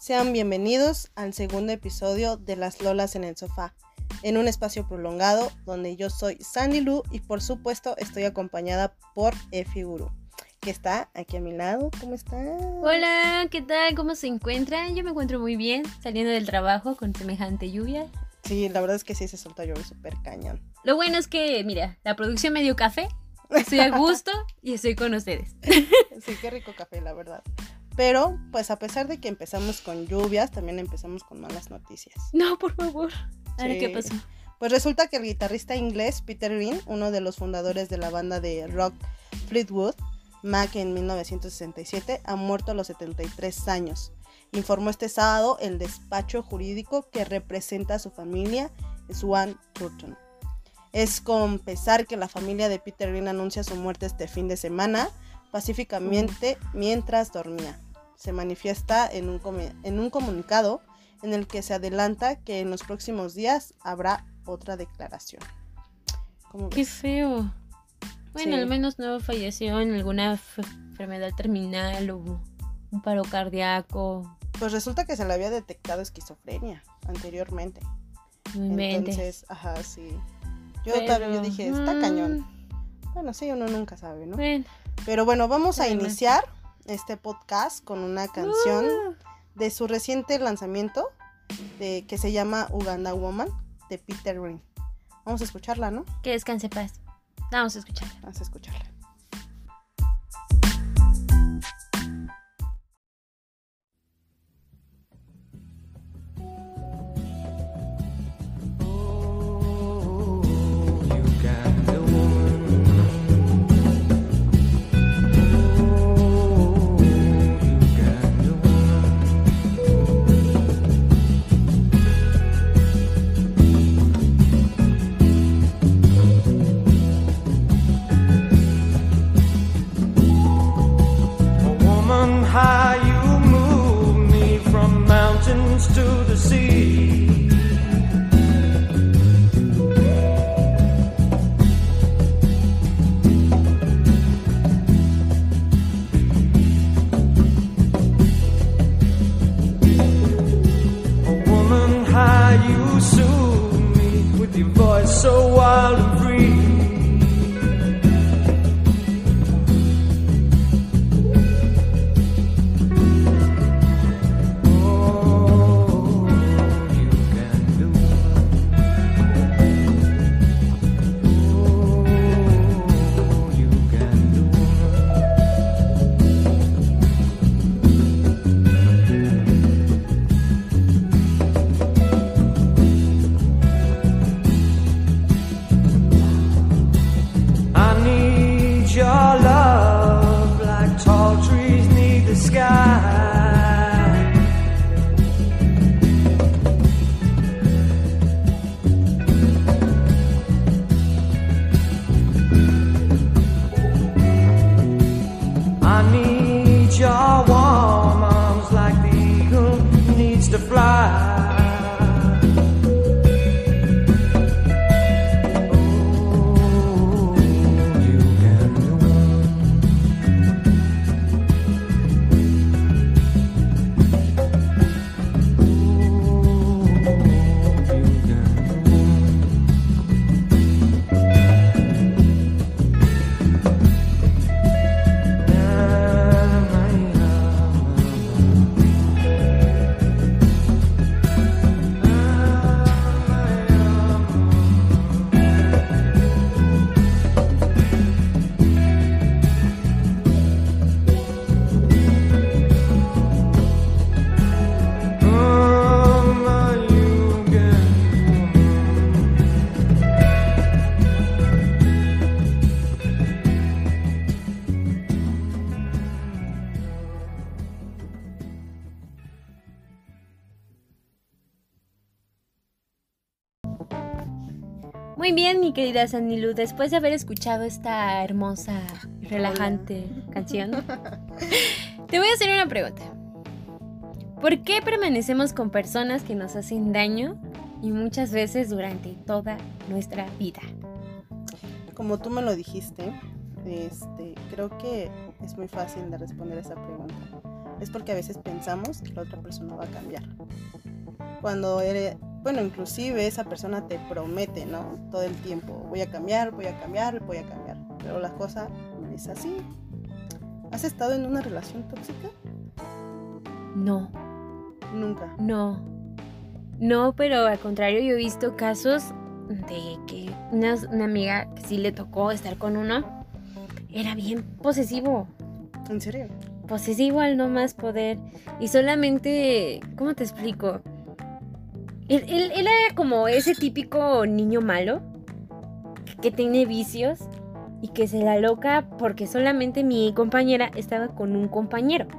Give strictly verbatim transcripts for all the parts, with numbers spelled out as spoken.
Sean bienvenidos al segundo episodio de Las Lolas en el Sofá, en un espacio prolongado donde yo soy Sandy Lu y por supuesto estoy acompañada por Efi Guru, que está aquí a mi lado. ¿Cómo estás? Hola, ¿qué tal? ¿Cómo se encuentran? Yo me encuentro muy bien, saliendo del trabajo con semejante lluvia. Sí, la verdad es que sí se soltó lluvia súper cañón. Lo bueno es que, mira, la producción me dio café, estoy a gusto y estoy con ustedes. Sí, qué rico café, la verdad. Pero, pues a pesar de que empezamos con lluvias, también empezamos con malas noticias. No, por favor. Ahora, Sí. ¿qué pasó? Pues resulta que el guitarrista inglés Peter Green, uno de los fundadores de la banda de rock Fleetwood Mac en mil novecientos sesenta y siete, ha muerto a los setenta y tres años. Informó este sábado el despacho jurídico que representa a su familia, Swan Turton. Es con pesar que la familia de Peter Green anuncia su muerte este fin de semana, pacíficamente mientras dormía. Se manifiesta en un, com- en un comunicado en el que se adelanta que en los próximos días habrá otra declaración. ¿Cómo Qué ves? feo. Bueno, Sí. al menos no falleció en alguna f- enfermedad terminal o un paro cardíaco. Pues resulta que se le había detectado esquizofrenia anteriormente. No inventes. Entonces, ajá, sí. Yo Pero, también yo dije, está mm, cañón. Bueno, sí, uno nunca sabe, ¿no? Bueno, Pero bueno, vamos a Además. iniciar este podcast con una canción uh, de su reciente lanzamiento de, que se llama Uganda Woman, de Peter Green. Vamos a escucharla, ¿no? que descanse paz. Vamos a escuchar. Vamos a escucharla. How you move me from mountains to the sea. A woman, how you soothe me with your voice so wild and free. Muy bien, mi querida Sanilu, después de haber escuchado esta hermosa y relajante canción, te voy a hacer una pregunta. ¿Por qué permanecemos con personas que nos hacen daño y muchas veces durante toda nuestra vida? Como tú me lo dijiste, este, creo que es muy fácil de responder esa pregunta. es porque a veces pensamos que la otra persona va a cambiar. Cuando eres, bueno, inclusive esa persona te promete, ¿no? Todo el tiempo, voy a cambiar, voy a cambiar, voy a cambiar. Pero la cosa no es así. ¿Has estado en una relación tóxica? No. Nunca. No. No, pero al contrario, yo he visto casos de que una, una amiga que sí le tocó estar con uno, era bien posesivo. ¿En serio? Posesivo al no más poder. Y solamente, ¿cómo te explico? Él, él, él era como ese típico niño malo que tiene vicios y que se la loca porque solamente mi compañera estaba con un compañero.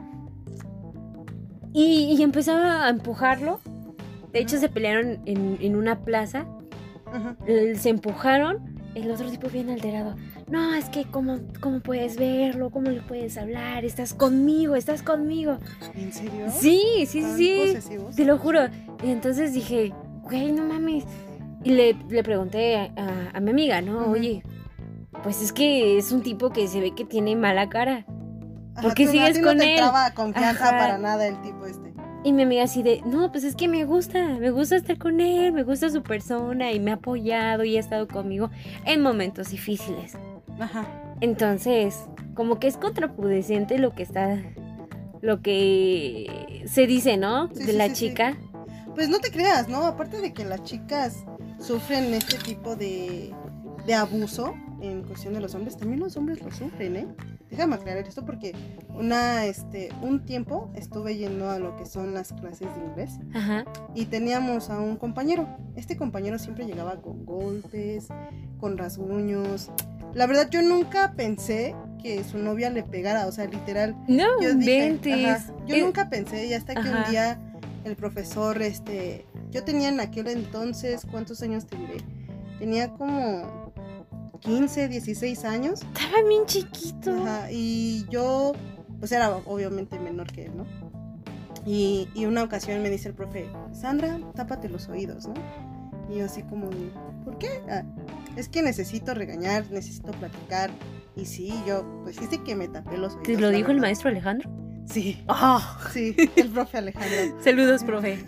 Y, y empezaba a empujarlo. De hecho, se pelearon en, en una plaza. Uh-huh. Se empujaron. El otro tipo bien alterado. No, es que ¿cómo, cómo puedes verlo? ¿Cómo le puedes hablar? Estás conmigo, estás conmigo. ¿En serio? Sí, sí, ¿Tan sí. posesivos? Te lo juro. Y entonces dije, güey, no mames. Y le, le pregunté a, a, a mi amiga, ¿no? Uh-huh. Oye, pues es que es un tipo que se ve que tiene mala cara. ¿Por qué sigues no, con no él? No te entraba confianza Ajá. para nada el tipo este. Y mi amiga así de, no, pues es que me gusta, me gusta estar con él, me gusta su persona y me ha apoyado y ha estado conmigo en momentos difíciles. Ajá. Entonces, como que es contraproducente lo que está, lo que se dice, ¿no? Sí, de sí, la sí, chica. Sí. Pues no te creas, ¿no? Aparte de que las chicas sufren este tipo de, de abuso en cuestión de los hombres, también los hombres lo sufren, ¿eh? Déjame aclarar esto porque una, este, un tiempo estuve yendo a lo que son las clases de inglés. Ajá. Y teníamos a un compañero. Este compañero siempre llegaba con golpes, con rasguños. La verdad yo nunca pensé que su novia le pegara, o sea, literal. No, yo dije, ventes. ajá, yo eh, nunca pensé y hasta que ajá. un día el profesor, este, yo tenía en aquel entonces, ¿cuántos años te diré? Tenía como quince, dieciséis años. Estaba bien chiquito. Ajá, y yo, pues era obviamente menor que él, ¿no? Y, y una ocasión me dice el profe, Sandra, tápate los oídos, ¿no? Y yo así como, ¿por qué? Ah, es que necesito regañar, necesito platicar. Y sí, yo, pues dice que me tapé los oídos. ¿Te lo dijo el maestro Alejandro? Sí. Oh. Sí, el profe Alejandro. Saludos, profe.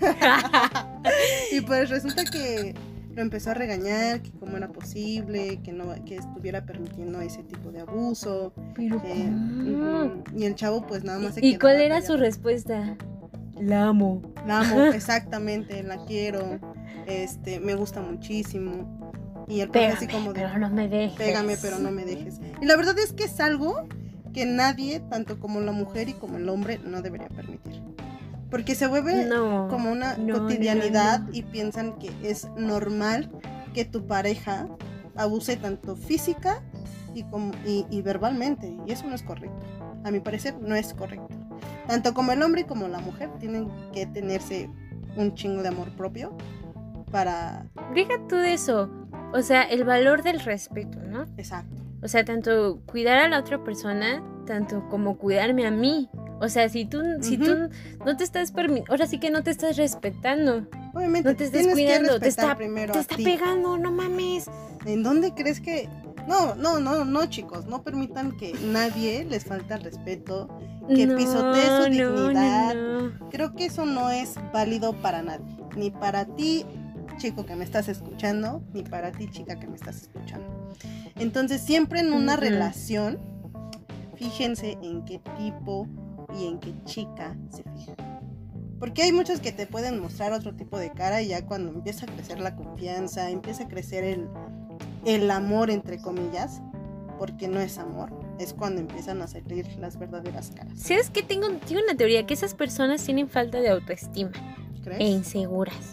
Y pues resulta que lo empezó a regañar, que cómo era posible, que no, que estuviera permitiendo ese tipo de abuso. Pero eh, ¿cómo? Y el chavo pues nada más se ¿Y cuál era callado. su respuesta? La amo. La amo, exactamente, la quiero, este, me gusta muchísimo. Y el profe Pégame, así como de, pero no me dejes. pégame, pero no me dejes. Y la verdad es que es algo que nadie, tanto como la mujer y como el hombre, no debería permitir. Porque se vuelve no, como una no, cotidianidad no, no. y piensan que es normal que tu pareja abuse tanto física y, como, y, y verbalmente. Y eso no es correcto. A mi parecer no es correcto. Tanto como el hombre como la mujer tienen que tenerse un chingo de amor propio para... Deja tú de eso. O sea, el valor del respeto, ¿no? Exacto. O sea, tanto cuidar a la otra persona, tanto como cuidarme a mí. O sea, si tú, uh-huh. si tú no te estás permitiendo, ahora sí que no te estás respetando. Obviamente, no te estás tienes cuidando, que te está, primero te a está ti. pegando, no mames. ¿En dónde crees que...? No, no, no, no, chicos, no permitan que nadie les falte al respeto, que no, pisotee su dignidad. No, no. Creo que eso no es válido para nadie, ni para ti, chico que me estás escuchando, ni para ti, chica que me estás escuchando. Entonces, siempre en una uh-huh. relación, fíjense en qué tipo y en qué chica se fijan. Porque hay muchos que te pueden mostrar otro tipo de cara y ya cuando empieza a crecer la confianza, empieza a crecer el, el amor, entre comillas, porque no es amor, es cuando empiezan a salir las verdaderas caras. ¿Sabes qué? Tengo, tengo una teoría, que esas personas tienen falta de autoestima. ¿Crees? E inseguras.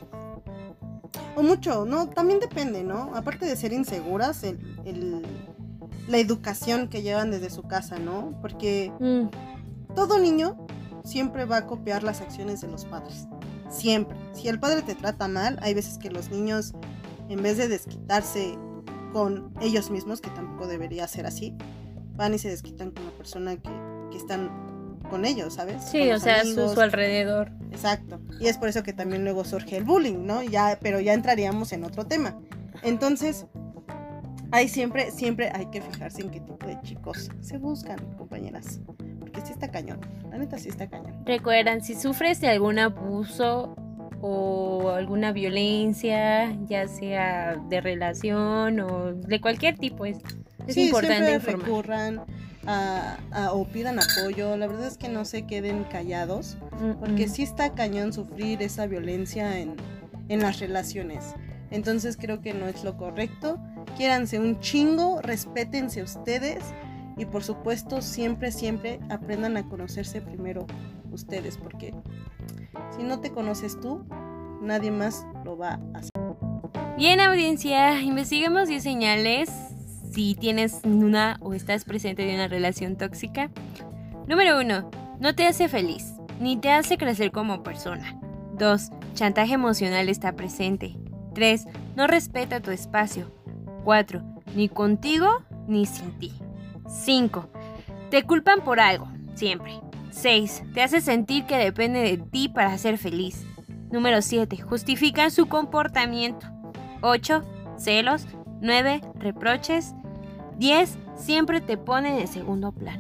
O mucho, no, también depende, ¿no? Aparte de ser inseguras, el, el, la educación que llevan desde su casa, ¿no? Porque mm. todo niño siempre va a copiar las acciones de los padres. Siempre. Si el padre te trata mal, hay veces que los niños, en vez de desquitarse con ellos mismos, que tampoco debería ser así, van y se desquitan con la persona que, que están con ellos, ¿sabes? Sí, o sea, su, su alrededor. Exacto. Y es por eso que también luego surge el bullying, ¿no? Ya, pero ya entraríamos en otro tema. Entonces, hay siempre, siempre hay que fijarse en qué tipo de chicos se buscan, compañeras. Porque porque sí está cañón. La neta sí está cañón. Recuerdan, si sufres de algún abuso o alguna violencia, ya sea de relación o de cualquier tipo, es, es sí, importante siempre informar. recurran a, a, o pidan apoyo. La verdad es que no se queden callados, porque sí está cañón sufrir esa violencia en, en las relaciones. Entonces creo que no es lo correcto. Quiéranse un chingo, respétense ustedes y por supuesto siempre, siempre aprendan a conocerse primero ustedes, porque si no te conoces tú, nadie más lo va a hacer. Bien, audiencia, investiguemos diez señales si tienes una o estás presente de una relación tóxica. Número uno, no te hace feliz, ni te hace crecer como persona. dos. Chantaje emocional está presente. tres. No respeta tu espacio. cuatro. Ni contigo ni sin ti. cinco. Te culpan por algo, siempre. seis. Te hace sentir que depende de ti para ser feliz. Número siete. Justifican su comportamiento. ocho. Celos. nueve. Reproches. diez. Siempre te ponen en segundo plano.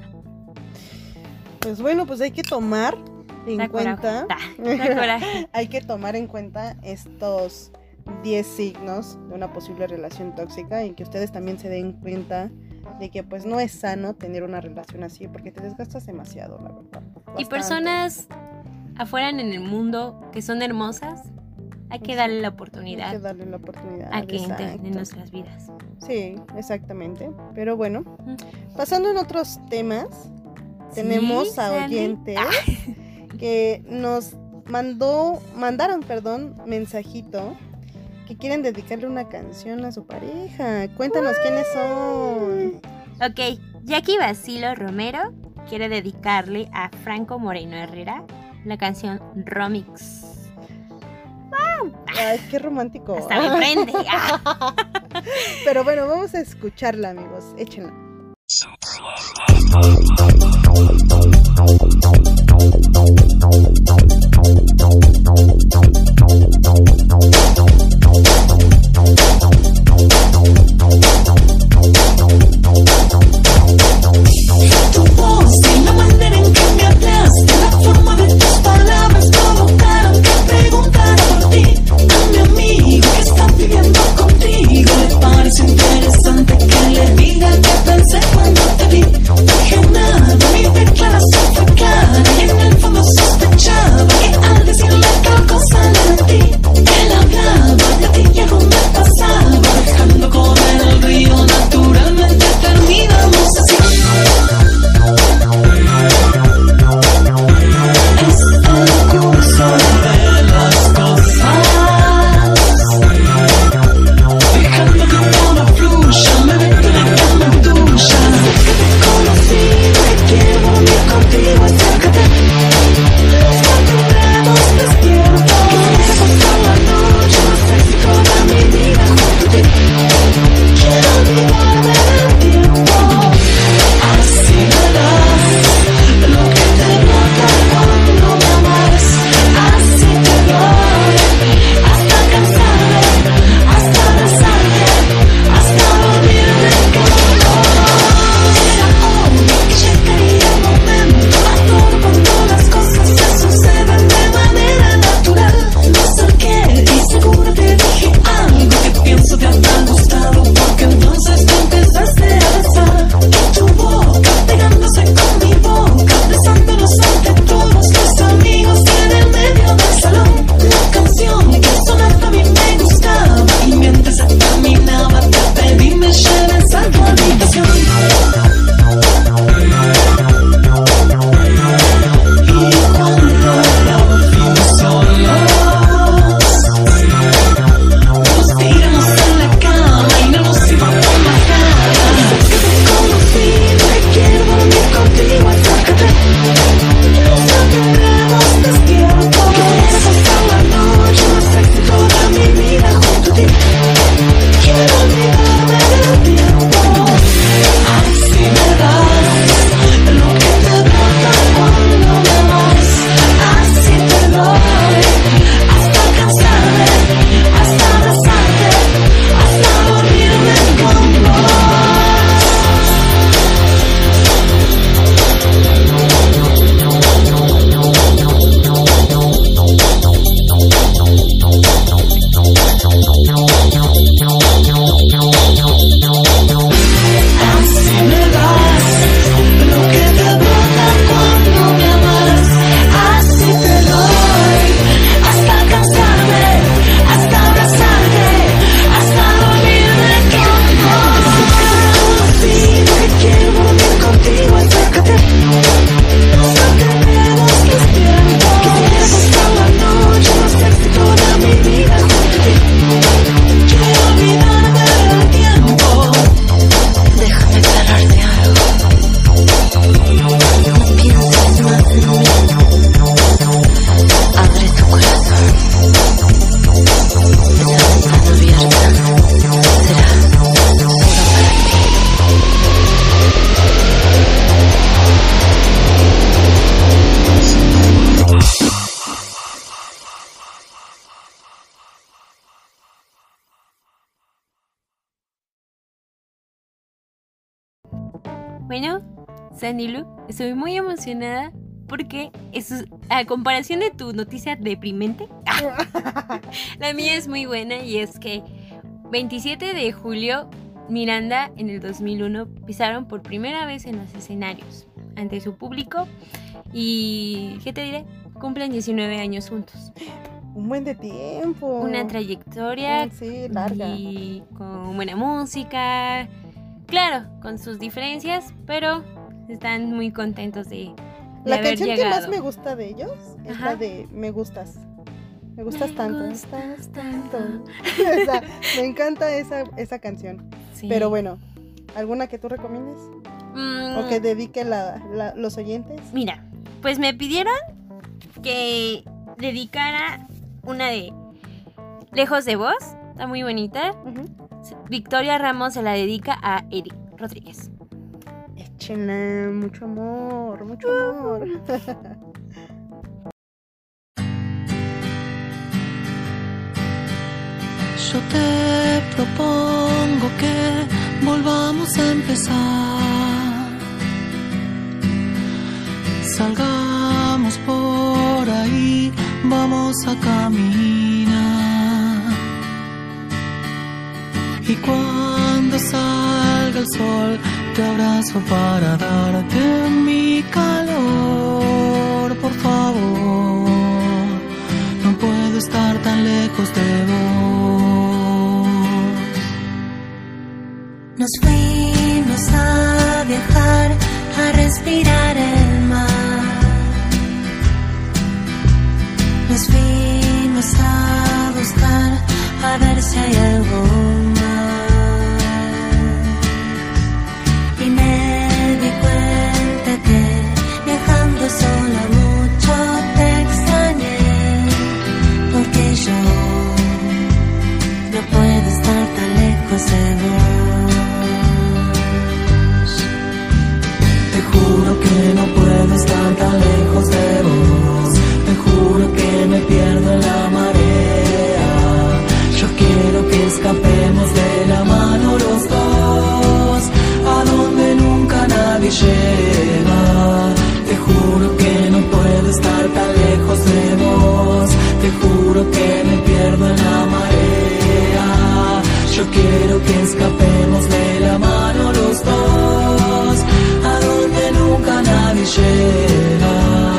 Pues bueno, pues hay que tomar en Da cuenta. coraje. Da coraje. Hay que tomar en cuenta estos diez signos de una posible relación tóxica y que ustedes también se den cuenta de que pues no es sano tener una relación así porque te desgastas demasiado, la verdad. Bastante. Y personas afuera en el mundo que son hermosas, hay que darle la oportunidad. Hay que darle la oportunidad A que entren exacto. en nuestras vidas. Sí, exactamente. Pero bueno, Mm. pasando en otros temas, tenemos Sí, a Sandy. oyentes que nos mandó, mandaron, perdón, mensajito que quieren dedicarle una canción a su pareja. Cuéntanos quiénes son. Ok, Jackie Basilo Romero quiere dedicarle a Franco Moreno Herrera la canción Romix. Ay, qué romántico. Hasta me prende. Ah. Pero bueno, vamos a escucharla, amigos. Échenla. Tu voz y la manera en que me hablaste, la forma de tus palabras provocaron que preguntara por ti. A mi amigo que está viviendo contigo le parece interesante que le diga que pensé cuando te vi. No dije nada, mi declaración fue clara y en el fondo sospechaba que al decirle tal cosa le mentí. Él hablaba Bueno, Sandy Lu, estoy muy emocionada porque eso, a comparación de tu noticia deprimente, la mía es muy buena y es que veintisiete de julio Miranda en el dos mil uno pisaron por primera vez en los escenarios ante su público y, ¿qué te diré? Cumplen diecinueve años juntos. Un buen de tiempo. Una trayectoria sí, larga. Y con buena música, claro, con sus diferencias, pero están muy contentos de, de La haber canción llegado. que más me gusta de ellos es Ajá. la de Me Gustas. Me gustas Me tanto. gustas tanto. tanto. O sea, me encanta esa, esa canción. Sí. Pero bueno, ¿alguna que tú recomiendes? Mm, ¿O que dedique la, la- los oyentes? Mira, pues me pidieron que dedicara una de Lejos de Vos, está muy bonita. Ujú. Victoria Ramos se la dedica a Eric Rodríguez. Échenle mucho amor, mucho amor. Yo te propongo que volvamos a empezar. Salgamos por ahí, vamos a caminar. Y cuando salga el sol, te abrazo para darte mi calor. Por favor, no puedo estar tan lejos de vos. Nos fuimos a viajar, a respirar el mar. Nos fuimos a buscar, a ver si hay algo más. Y me di cuenta que viajando sola mucho te extrañé, porque yo no puedo estar tan lejos de vos. Te juro que no puedo estar tan lejos de vos. Te juro que me pierdo en la marea. Yo quiero que escapemos de la mano los dos, a donde nunca nadie llega. Te juro que no puedo estar tan lejos de vos. Te juro que me pierdo en la marea. Yo quiero que escapemos de la mano los dos, a donde nunca nadie llega.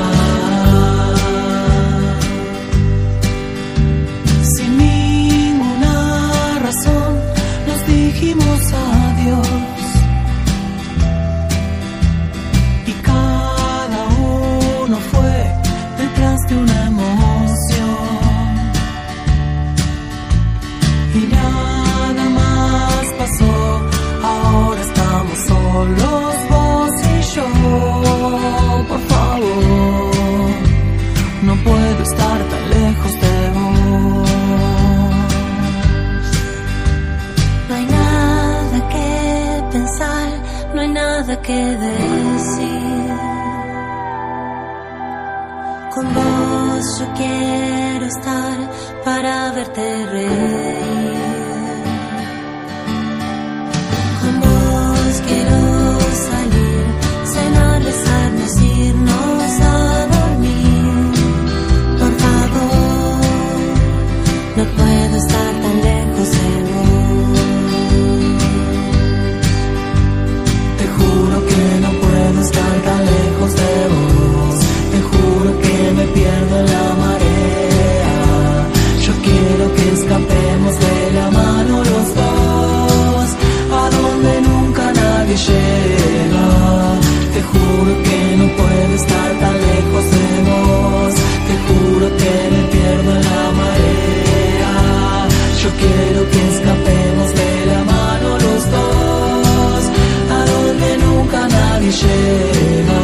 Sin ninguna razón nos dijimos adiós, y cada uno fue detrás de una emoción, y nada más pasó. Ahora estamos solos vos y yo. Por favor, no puedo estar tan lejos de vos. No hay nada que pensar, no hay nada que decir. Con vos yo quiero estar para verte reír. Con vos quiero salir, cenar, besarnos, irnos a dormir. Por favor, no puedo estar tan lejos de vos. Te juro que no puedo estar tan lejos de vos. Te juro que me pierdo en la marea. Yo quiero que escapemos de la mano los dos, a donde nunca nadie llega. Te juro que no puedo estar tan lejos de vos. Te juro que me pierdo en la marea. Yo quiero que escapemos de la mano los dos, a donde nunca nadie llega.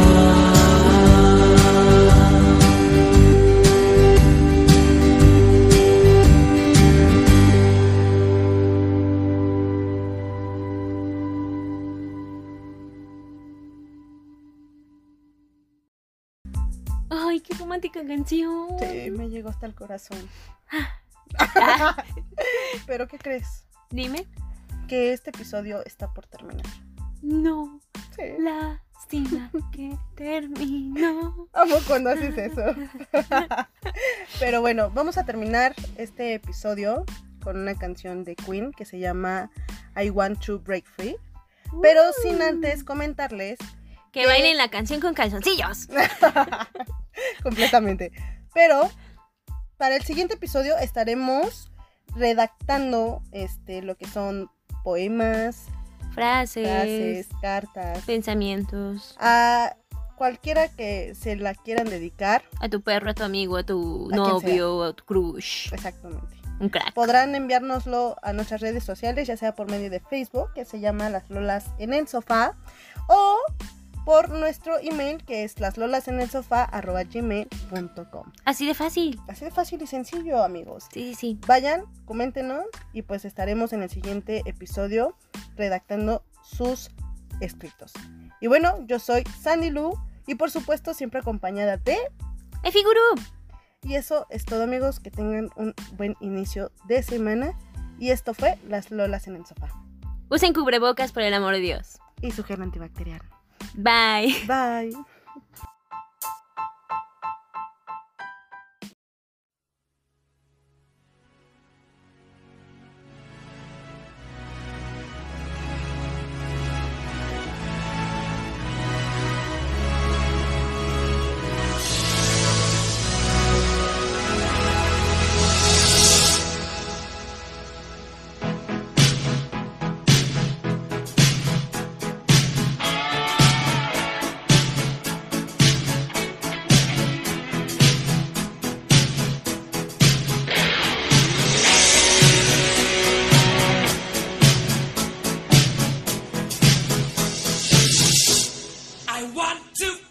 Ay, qué romántica canción. Sí, me llegó hasta el corazón. ¿Pero qué crees? Dime. Que este episodio está por terminar. No. Sí. Lástima que terminó. Amo cuando haces eso. Pero bueno, vamos a terminar este episodio con una canción de Queen que se llama I Want to Break Free. Pero Uh. sin antes comentarles Que ¿Qué? bailen la canción con calzoncillos. completamente. Pero para el siguiente episodio estaremos redactando este lo que son poemas, Frases, frases, cartas pensamientos. a cualquiera que se la quieran dedicar. A tu perro, a tu amigo, a tu A quien novio, a tu crush. Exactamente. Un crack. Podrán enviárnoslo a nuestras redes sociales, ya sea por medio de Facebook, que se llama Las Lolas en el Sofá, o por nuestro email, que es laslolasenelsofá arroba gmail punto com. Así de fácil. Así de fácil y sencillo, amigos. Sí, sí, sí. Vayan, coméntenos y pues estaremos en el siguiente episodio redactando sus escritos. Y bueno, yo soy Sandy Lu y por supuesto siempre acompañada de... ¡Eh, figurú! Y eso es todo, amigos, que tengan un buen inicio de semana. Y esto fue Las Lolas en el Sofá Usen cubrebocas, por el amor de Dios. y su gel antibacterial. Bye. Bye. I want to